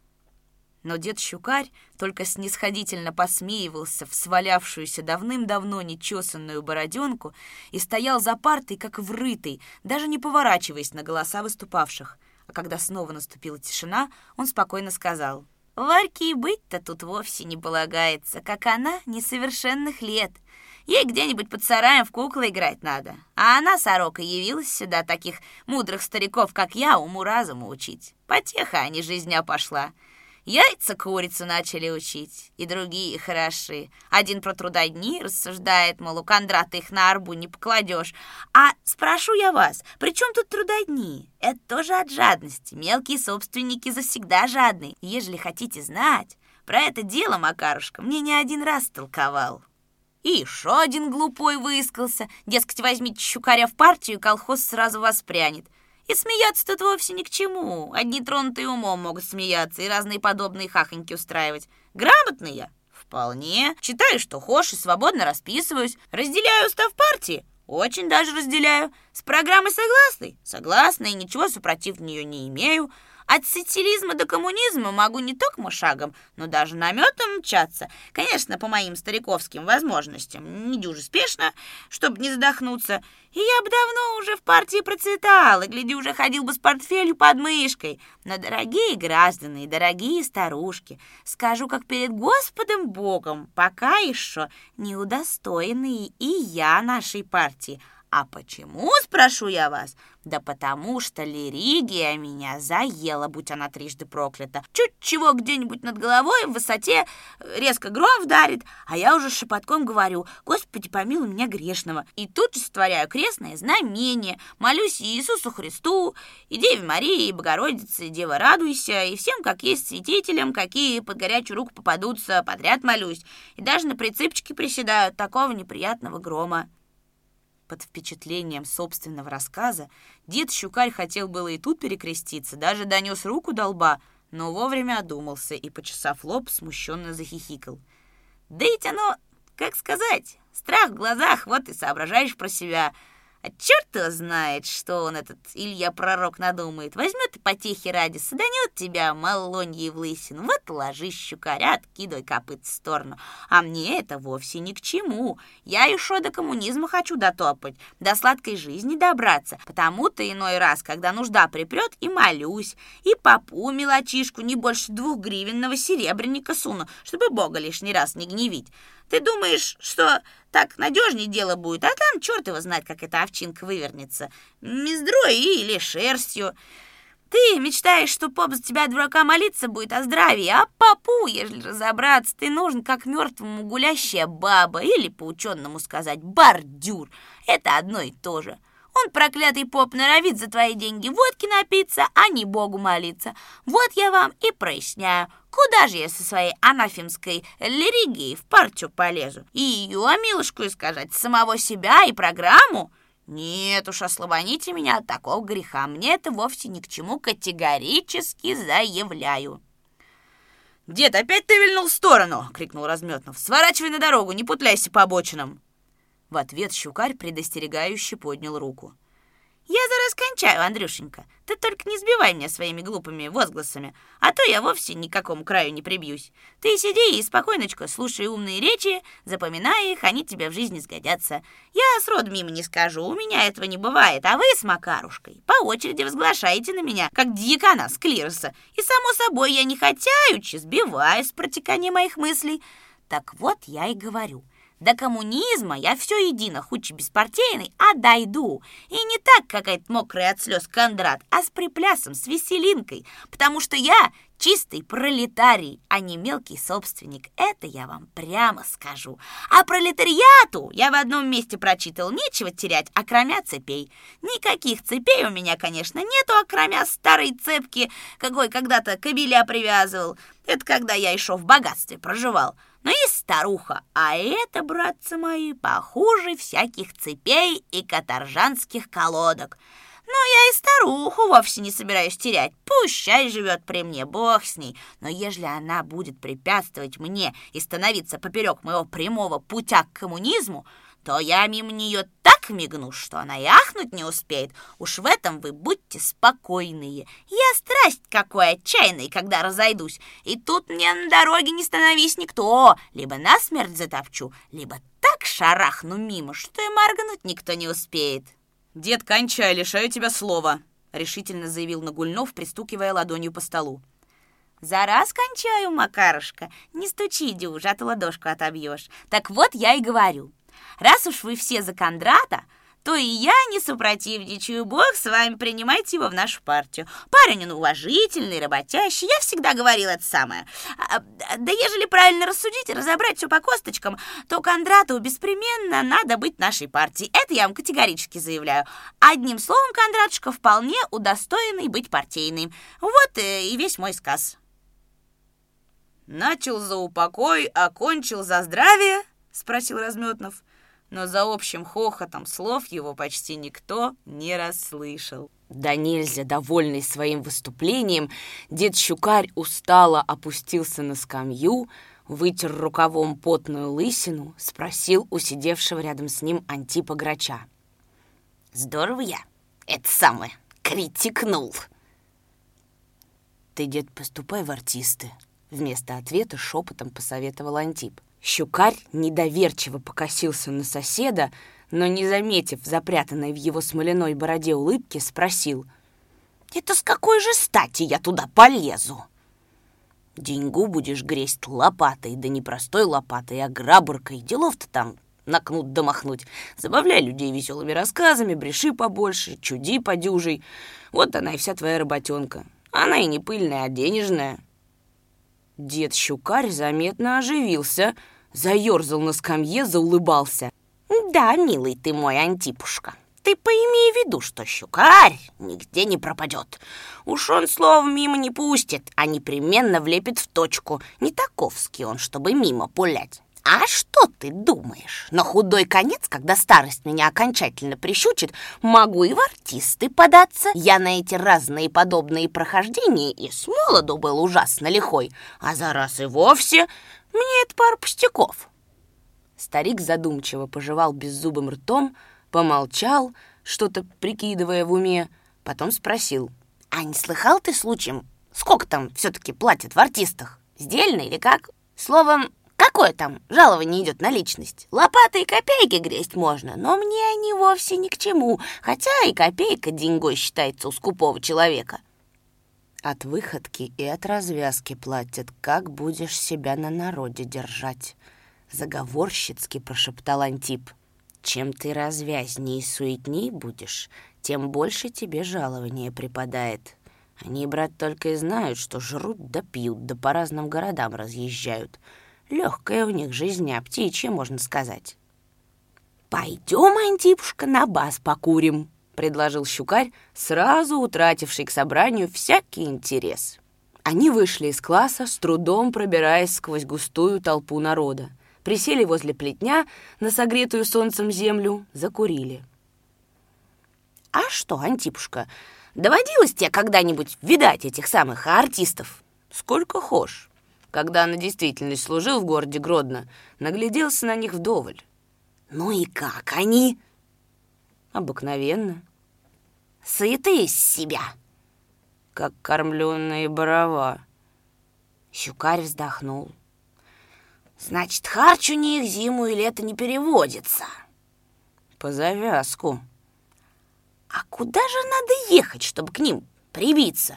Но дед Щукарь только снисходительно посмеивался в свалявшуюся давным-давно нечесанную бороденку и стоял за партой, как врытый, даже не поворачиваясь на голоса выступавших. А когда снова наступила тишина, он спокойно сказал: «Варьке и быть-то тут вовсе не полагается, как она несовершенных лет. Ей где-нибудь под сараем в куклы играть надо. А она, сорока, явилась сюда таких мудрых стариков, как я, уму-разуму учить. Потеха, а не жизня пошла. Яйца курицу начали учить, и другие хороши. Один про трудодни рассуждает, мол, у Кондрата их на арбу не покладешь. А спрошу я вас, при чем тут трудодни? Это тоже от жадности. Мелкие собственники завсегда жадны. Ежели хотите знать, про это дело Макарушка мне не один раз толковал». И еще один глупой выискался. Дескать, возьмите Щукаря в партию, и колхоз сразу воспрянет. И смеяться тут вовсе ни к чему. Одни тронутые умом могут смеяться и разные подобные хахоньки устраивать. Грамотный я? Вполне. Читаю, что хошь, и свободно расписываюсь. Разделяю устав партии? Очень даже разделяю. С программой согласны? Согласна, и ничего супротив нее не имею. От социализма до коммунизма могу не только шагом, но даже наметом мчаться. Конечно, по моим стариковским возможностям. Не дюже спешно, чтобы не задохнуться. И я бы давно уже в партии процветал, и, гляди, уже ходил бы с портфелью под мышкой. Но, дорогие граждане и дорогие старушки, скажу, как перед Господом Богом, пока еще не удостоенные и я нашей партии. А почему, спрошу я вас? Да потому что лиригия меня заела, будь она трижды проклята. Чуть чего где-нибудь над головой в высоте резко гром вдарит, а я уже шепотком говорю: «Господи, помилуй меня грешного». И тут же сотворяю крестное знамение, молюсь Иисусу Христу, и Деве Марии, и Богородице, и Дева радуйся, и всем, как есть святителям, какие под горячую руку попадутся, подряд молюсь. И даже на прицепчике приседаю от такого неприятного грома. Под впечатлением собственного рассказа дед Щукарь хотел было и тут перекреститься, даже донес руку до лба, но вовремя одумался и, почесав лоб, смущенно захихикал. «Да ведь оно, как сказать, страх в глазах, вот и соображаешь про себя. А черт его знает, что он, этот Илья-пророк, надумает. Возьмет и потехи ради саданет тебя малоньей в лысину. Вот ложись, Щукаря, откидывай копыт в сторону. А мне это вовсе ни к чему. Я еще до коммунизма хочу дотопать, до сладкой жизни добраться. Потому-то иной раз, когда нужда припрет, и молюсь, и попу мелочишку не больше двух гривенного серебряника суну, чтобы Бога лишний раз не гневить. Ты думаешь, что так надежнее дело будет, а там черт его знает, как эта овчинка вывернется. Мездрой или шерстью. Ты мечтаешь, что поп за тебя, дурака, молиться будет о здравии, а попу, ежели разобраться, ты нужен как мертвому гулящая баба, или по-ученому сказать бордюр. Это одно и то же. Он, проклятый поп, норовит за твои деньги водки напиться, а не Богу молиться. Вот я вам и проясняю, куда же я со своей анафемской лиригией в партию полезу? И ее, милушку, искажать, самого себя и программу? Нет уж, ослабоните меня от такого греха. Мне это вовсе ни к чему, категорически заявляю. «Дед, опять ты вильнул в сторону!» — крикнул Разметнов. «Сворачивай на дорогу, не путляйся по обочинам!» В ответ Щукарь предостерегающе поднял руку. «Я зараз кончаю, Андрюшенька. Ты только не сбивай меня своими глупыми возгласами, а то я вовсе ни к какому краю не прибьюсь. Ты сиди и спокойночко слушай умные речи, запоминай их, они тебе в жизни сгодятся. Я сроду мимо не скажу, у меня этого не бывает, а вы с Макарушкой по очереди возглашаете на меня, как дьякона с клироса, и, само собой, я не хотяючи сбиваюсь с протекания моих мыслей. Так вот я и говорю». До коммунизма я все едино, хоть и беспартийный, а дойду. И не так, как этот мокрый от слез Кондрат, а с приплясом, с веселинкой, потому что я чистый пролетарий, а не мелкий собственник. Это я вам прямо скажу. А пролетариату я в одном месте прочитал, нечего терять, окромя цепей. Никаких цепей у меня, конечно, нету, окромя старой цепки, какой когда-то кобеля привязывал. Это когда я еще в богатстве проживал. Но и старуха, а это, братцы мои, похуже всяких цепей и каторжанских колодок. Но я и старуху вовсе не собираюсь терять. Пущай живет при мне, бог с ней. Но ежели она будет препятствовать мне и становиться поперек моего прямого путя к коммунизму, то я мимо нее так мигну, что она и ахнуть не успеет. Уж в этом вы будьте спокойные. Я страсть какой отчаянный, когда разойдусь. И тут мне на дороге не становись никто. Либо насмерть затопчу, либо так шарахну мимо, что и моргнуть никто не успеет. «Дед, кончай, лишаю тебя слова», — решительно заявил Нагульнов, пристукивая ладонью по столу. «За раз кончаю, Макарушка. Не стучи, дюж, а то ладошку отобьешь. Так вот я и говорю. Раз уж вы все за Кондрата, то и я не супротивничаю. Бог с вами, принимайте его в нашу партию. Парень он уважительный, работящий. Я всегда говорила это самое. А, да ежели правильно рассудить и разобрать все по косточкам, то Кондрату беспременно надо быть нашей партией. Это я вам категорически заявляю. Одним словом, Кондратушка вполне удостоенный быть партийным. Вот и весь мой сказ». «Начал за упокой, а кончил за здравие?» — спросил Разметнов. Но за общим хохотом слов его почти никто не расслышал. Да нельзя довольный своим выступлением, дед Щукарь устало опустился на скамью, вытер рукавом потную лысину, спросил у сидевшего рядом с ним Антипа Грача. «Здорово я, это самое, критикнул». «Ты, дед, поступай в артисты», — вместо ответа шепотом посоветовал Антип. Щукарь недоверчиво покосился на соседа, но, не заметив запрятанной в его смоляной бороде улыбки, спросил: «Это с какой же стати я туда полезу?» «Деньгу будешь гресть лопатой, да не простой лопатой, а грабуркой. Делов-то там на кнут да махнуть. Забавляй людей веселыми рассказами, бреши побольше, чуди подюжей. Вот она и вся твоя работенка. Она и не пыльная, а денежная». Дед Щукарь заметно оживился, заерзал на скамье, заулыбался. «Да, милый ты мой Антипушка, ты поимей в виду, что Щукарь нигде не пропадет. Уж он словом мимо не пустит, а непременно влепит в точку. Не таковский он, чтобы мимо пулять. А что ты думаешь? На худой конец, когда старость меня окончательно прищучит, могу и в артисты податься. Я на эти разные подобные прохождения и с молоду был ужасно лихой, а за раз и вовсе мне это пара пустяков». Старик задумчиво пожевал беззубым ртом, помолчал, что-то прикидывая в уме, потом спросил: «А не слыхал ты случаем, сколько там все-таки платят в артистах? Сдельно или как? Словом, какое там жалование идет на личность? Лопатой и копейки гресть можно, но мне они вовсе ни к чему, хотя и копейка деньгой считается у скупого человека». «От выходки и от развязки платят, как будешь себя на народе держать», — заговорщицки прошептал Антип. «Чем ты развязней и суетней будешь, тем больше тебе жалование припадает. Они, брат, только и знают, что жрут да пьют, да по разным городам разъезжают. Легкая у них жизнь, а птичья, можно сказать». «Пойдем, Антипушка, на бас покурим», — предложил Щукарь, сразу утративший к собранию всякий интерес. Они вышли из класса, с трудом пробираясь сквозь густую толпу народа. Присели возле плетня на согретую солнцем землю, закурили. «А что, Антипушка, доводилось тебе когда-нибудь видать этих самых артистов?» «Сколько хошь. Когда на действительность служил в городе Гродно, нагляделся на них вдоволь». «Ну и как они?» «Обыкновенно. Сыты из себя?» «Как кормленные барова». Щукарь вздохнул. «Значит, харч у них зиму и лето не переводится?» «По завязку». «А куда же надо ехать, чтобы к ним прибиться?»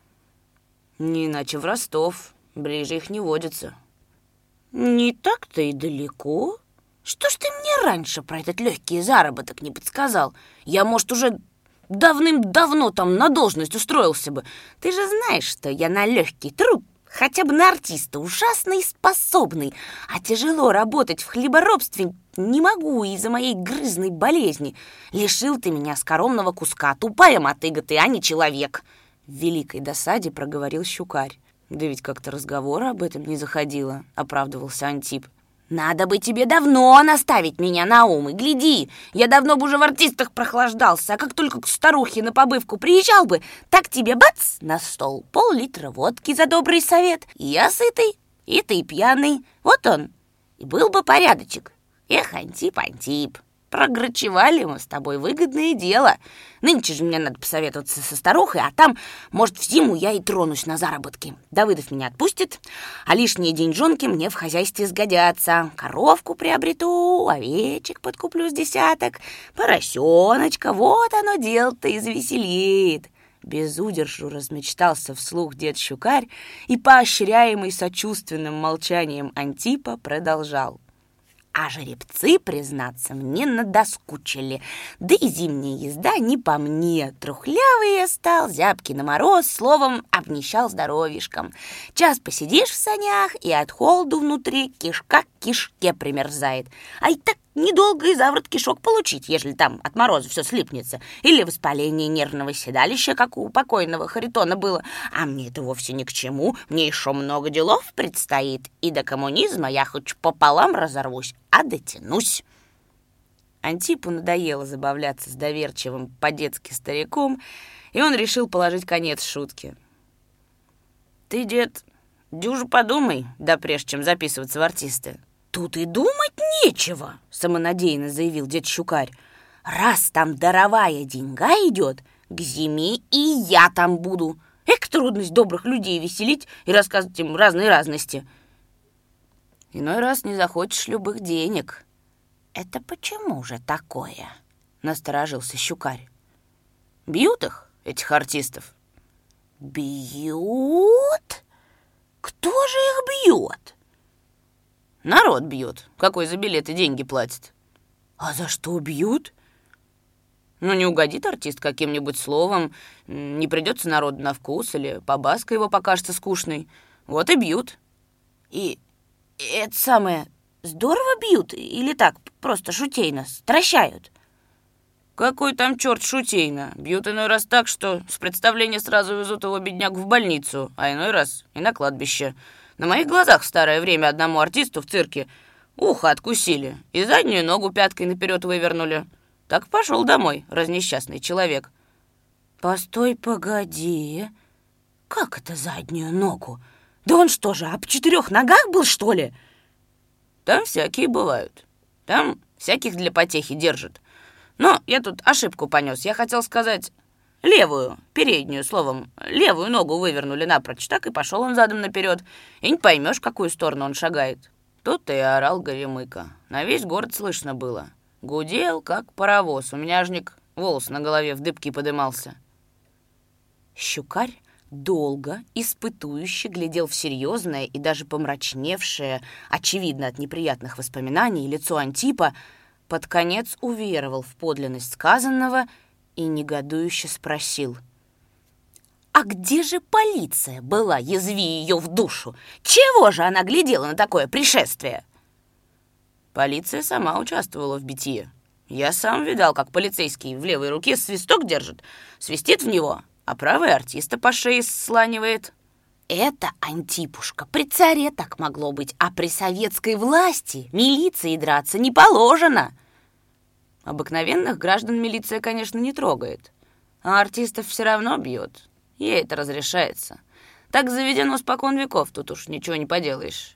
«Не иначе в Ростов. Ближе их не водится». «Не так-то и далеко. Что ж ты мне раньше про этот легкий заработок не подсказал? Я, может, уже давным-давно там на должность устроился бы. Ты же знаешь, что я на легкий труд, хотя бы на артиста, ужасный и способный, а тяжело работать в хлеборобстве не могу из-за моей грызной болезни. Лишил ты меня скоромного куска, тупая мотыга ты, а не человек. В великой досаде проговорил Щукарь. Да ведь как-то разговора об этом не заходило, оправдывался Антип. Надо бы тебе давно наставить меня на ум, и гляди, я давно бы уже в артистах прохлаждался, а как только к старухе на побывку приезжал бы, так тебе бац, на стол пол-литра водки за добрый совет, и я сытый, и ты пьяный, вот он, и был бы порядочек. Эх, Антип, Антип, програчевали мы с тобой выгодное дело. Нынче же мне надо посоветоваться со старухой, а там, может, в зиму я и тронусь на заработки. Давыдов меня отпустит, а лишние деньжонки мне в хозяйстве сгодятся. Коровку приобрету, овечек подкуплю с десяток, поросеночка, вот оно дело-то извеселит. Без удержу размечтался вслух дед Щукарь и, поощряемый сочувственным молчанием Антипа, продолжал. А жеребцы, признаться, мне надоскучили. Да и зимняя езда не по мне. Трухлявый я стал, зябкий на мороз, словом, обнищал здоровьишком. Час посидишь в санях, и от холоду внутри кишка к кишке примерзает. А и так недолго и заворот кишок получить, ежели там от мороза все слипнется. Или воспаление нервного седалища, как у покойного Харитона было. А мне это вовсе ни к чему. Мне еще много делов предстоит. И до коммунизма я хоть пополам разорвусь, а дотянусь. Антипу надоело забавляться с доверчивым по-детски стариком, и он решил положить конец шутке. Ты, дед, дюже подумай, да прежде чем записываться в артисты. Тут и думать нечего, самонадеянно заявил дед Щукарь. Раз там даровая деньга идет, к зиме и я там буду. Эк, трудность добрых людей веселить и рассказывать им разные разности. Иной раз не захочешь любых денег. Это почему же такое? Насторожился Щукарь. Бьют их, этих артистов? Бьют? Кто же их бьет? Народ бьет. Какой за билеты деньги платит? А за что бьют? Ну, не угодит артист каким-нибудь словом, не придется народу на вкус, или побаска его покажется скучной. Вот и бьют. И это самое, здорово бьют? Или так, просто шутейно, стращают? Какой там черт шутейно? Бьют иной раз так, что с представления сразу везут его беднягу в больницу, а иной раз и на кладбище. На моих глазах в старое время одному артисту в цирке ухо откусили и заднюю ногу пяткой наперед вывернули. Так пошел домой разнесчастный человек. Постой, погоди. Как это заднюю ногу? Да он что же, об четырех ногах был, что ли? Там всякие бывают. Там всяких для потехи держат. Но я тут ошибку понес. Я хотел сказать левую, переднюю, словом, левую ногу вывернули напрочь. Так и пошел он задом наперед. И не поймешь, в какую сторону он шагает. Тут-то и орал Горемыка. На весь город слышно было. Гудел, как паровоз. У меняжник волос на голове в дыбки подымался. Щукарь долго, испытующе глядел в серьезное и даже помрачневшее, очевидно от неприятных воспоминаний, лицо Антипа, под конец уверовал в подлинность сказанного и негодующе спросил. «А где же полиция была, язви ее в душу? Чего же она глядела на такое пришествие?» Полиция сама участвовала в битье. Я сам видал, как полицейский в левой руке свисток держит, свистит в него, а правый артиста по шее сланивает. Это, Антипушка, при царе так могло быть, а при советской власти милиции драться не положено. Обыкновенных граждан милиция, конечно, не трогает, а артистов все равно бьет. Ей это разрешается. Так заведено спокон веков, тут уж ничего не поделаешь.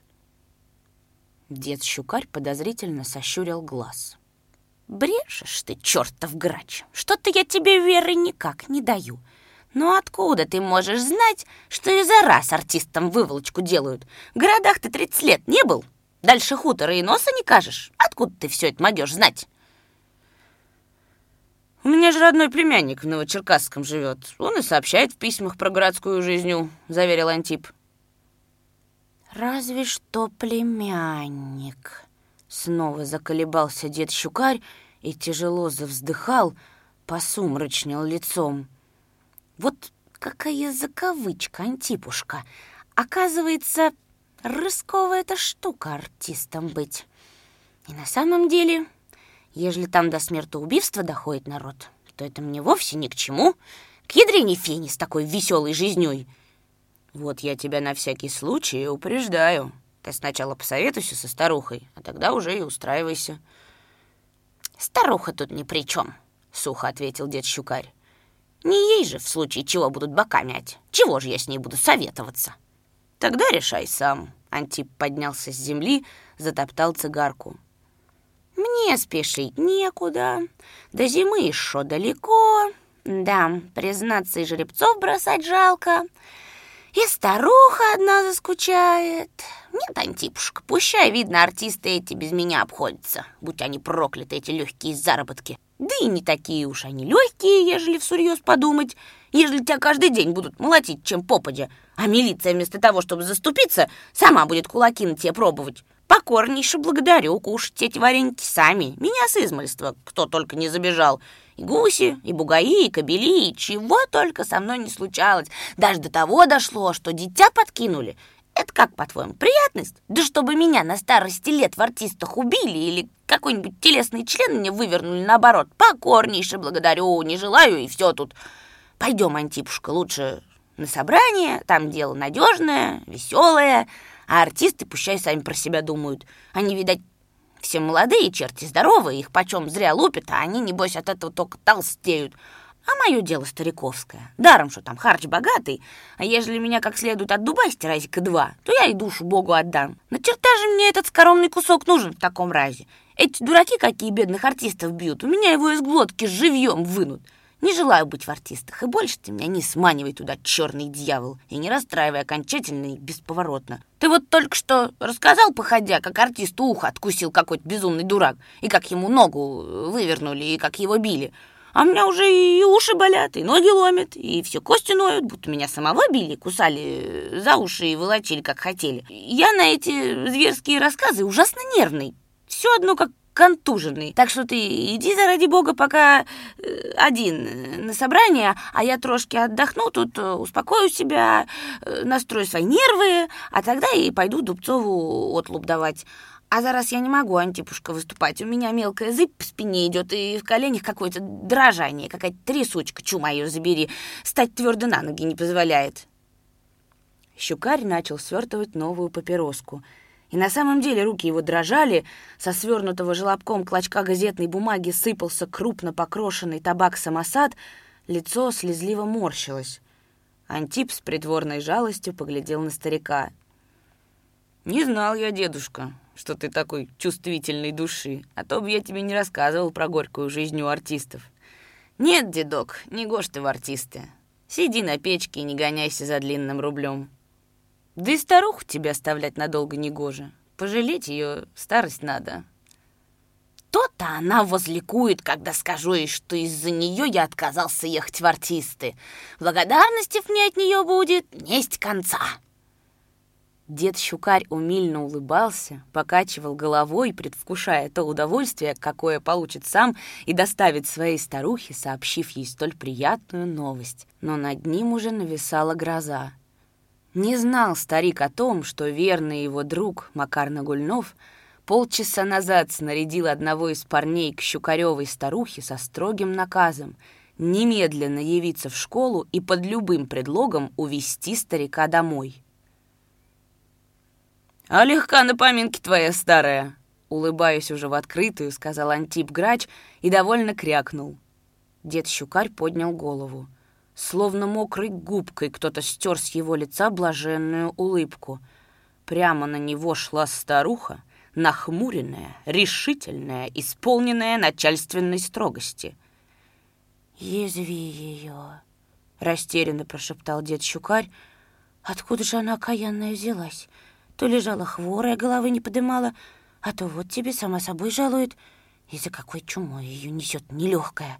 Дед Щукарь подозрительно сощурил глаз. «Брешешь ты, чертов грач! Что-то я тебе веры никак не даю. Но откуда ты можешь знать, что и за раз артистам выволочку делают? В городах ты тридцать лет не был? Дальше хутора и носа не кажешь? Откуда ты все это могешь знать?» «У меня же родной племянник в Новочеркасском живет. Он и сообщает в письмах про городскую жизнь», — заверил Антип. «Разве что племянник», — Снова заколебался дед Щукарь и тяжело завздыхал, посумрачнел лицом. Вот какая закавычка, Антипушка. Оказывается, рысковая эта штука артистом быть. И на самом деле, ежели там до смертоубийства доходит народ, то это мне вовсе ни к чему. К ядрине фени с такой веселой жизнёй. Вот я тебя на всякий случай упреждаю. Ты сначала посоветуйся со старухой, а тогда уже и устраивайся. Старуха тут ни при чем, сухо ответил дед Щукарь. Не ей же в случае чего будут бока мять. Чего же я с ней буду советоваться? Тогда решай сам. Антип поднялся с земли, затоптал цигарку. Мне спешить некуда. До зимы еще далеко. Да, признаться, и жеребцов бросать жалко. И старуха одна заскучает. Нет, Антипушка, пущай, видно, артисты эти без меня обходятся. Будь они прокляты, эти легкие заработки. Да и не такие уж они легкие, ежели всерьез подумать. Ежели тебя каждый день будут молотить, чем попадя, а милиция вместо того, чтобы заступиться, сама будет кулаки на тебе пробовать. Покорнейше благодарю, кушать эти вареники сами. Меня с измольства кто только не забежал. И гуси, и бугаи, и кобели, и чего только со мной не случалось. Даже до того дошло, что дитя подкинули. Это как, по-твоему, приятность? Да чтобы меня на старости лет в артистах убили или какой-нибудь телесный член мне вывернули наоборот. Покорнейше благодарю, не желаю, и все тут. Пойдем, Антипушка, лучше на собрание. Там дело надежное, веселое. А артисты пущай сами про себя думают. Они, видать, все молодые, черти здоровые, их почем зря лупят, а они, небось, от этого только толстеют. А мое дело стариковское. Даром, что там харч богатый, а ежели меня как следует отдубасить разика два, то я и душу Богу отдам. На черта же мне этот скоромный кусок нужен в таком разе. Эти дураки, какие бедных артистов бьют, у меня его из глотки живьем вынут. Не желаю быть в артистах, и больше ты меня не сманивай туда, черный дьявол, и не расстраивай окончательно и бесповоротно. Ты вот только что рассказал, походя, как артисту ухо откусил какой-то безумный дурак, и как ему ногу вывернули, и как его били. А у меня уже и уши болят, и ноги ломят, и все кости ноют, будто меня самого били, кусали за уши и волочили, как хотели. Я на эти зверские рассказы ужасно нервный. Все одно как контуженный. Так что ты иди, заради бога, пока один на собрание, а я трошки отдохну, тут успокою себя, настрою свои нервы, а тогда и пойду Дубцову отлуп давать. А зараз я не могу, Антипушка, выступать. У меня мелкая зыбь по спине идет, и в коленях какое-то дрожание, какая-то трясучка, чума ее забери, стать твердо на ноги не позволяет. Щукарь начал свертывать новую папироску. И на самом деле руки его дрожали, со свернутого желобком клочка газетной бумаги сыпался крупно покрошенный табак-самосад, лицо слезливо морщилось. Антип с притворной жалостью поглядел на старика. «Не знал я, дедушка, что ты такой чувствительной души, а то бы я тебе не рассказывал про горькую жизнь у артистов. Нет, дедок, не гожь ты в артисты. Сиди на печке и не гоняйся за длинным рублем. Да и старуху тебе оставлять надолго не гоже. Пожалеть ее старость надо». То-то она возликует, когда скажу ей, что из-за нее я отказался ехать в артисты. Благодарности мне от нее будет несть конца. Дед Щукарь умильно улыбался, покачивал головой, предвкушая то удовольствие, какое получит сам и доставит своей старухе, сообщив ей столь приятную новость. Но над ним уже нависала гроза. Не знал старик о том, что верный его друг Макар Нагульнов полчаса назад снарядил одного из парней к Щукаревой старухе со строгим наказом немедленно явиться в школу и под любым предлогом увести старика домой. «А легка на поминки твоя старая!» Улыбаясь уже в открытую, сказал Антип Грач и довольно крякнул. Дед Щукарь поднял голову. Словно мокрой губкой кто-то стер с его лица блаженную улыбку. Прямо на него шла старуха, нахмуренная, решительная, исполненная начальственной строгости. «Язви ее!» — растерянно прошептал дед Щукарь. «Откуда же она окаянная взялась? То лежала хворая, головы не подымала, а то вот тебе сама собой жалует. И за какой чумой ее несет нелегкая!»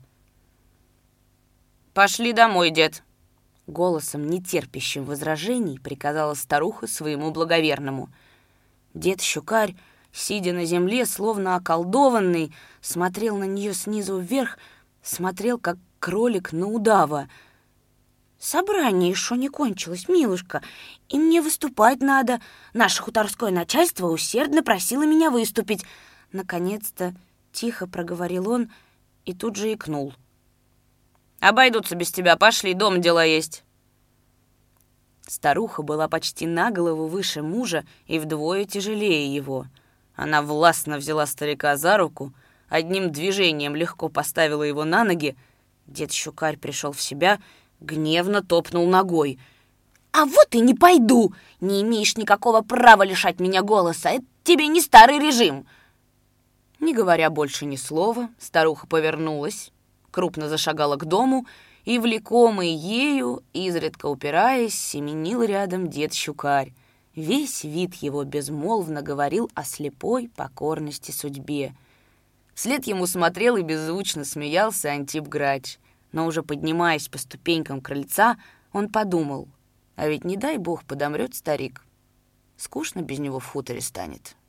«Пошли домой, дед!» Голосом, нетерпящим возражений, приказала старуха своему благоверному. Дед Щукарь сидя на земле, словно околдованный, смотрел на нее снизу вверх, смотрел, как кролик на удава. «Собрание еще не кончилось, милушка, и мне выступать надо. Наше хуторское начальство усердно просило меня выступить». Наконец-то тихо проговорил он и тут же икнул. «Обойдутся без тебя, пошли, дома дела есть». Старуха была почти на голову выше мужа и вдвое тяжелее его. Она властно взяла старика за руку, одним движением легко поставила его на ноги. Дед Щукарь пришел в себя, гневно топнул ногой. «А вот и не пойду! Не имеешь никакого права лишать меня голоса! Это тебе не старый режим!» Не говоря больше ни слова, старуха повернулась, крупно зашагала к дому, и, влекомый ею, изредка упираясь, семенил рядом дед Щукарь. Весь вид его безмолвно говорил о слепой покорности судьбе. Вслед ему смотрел и беззвучно смеялся Антип Грач. Но уже поднимаясь по ступенькам крыльца, он подумал, а ведь не дай бог подомрет старик. Скучно без него в хуторе станет.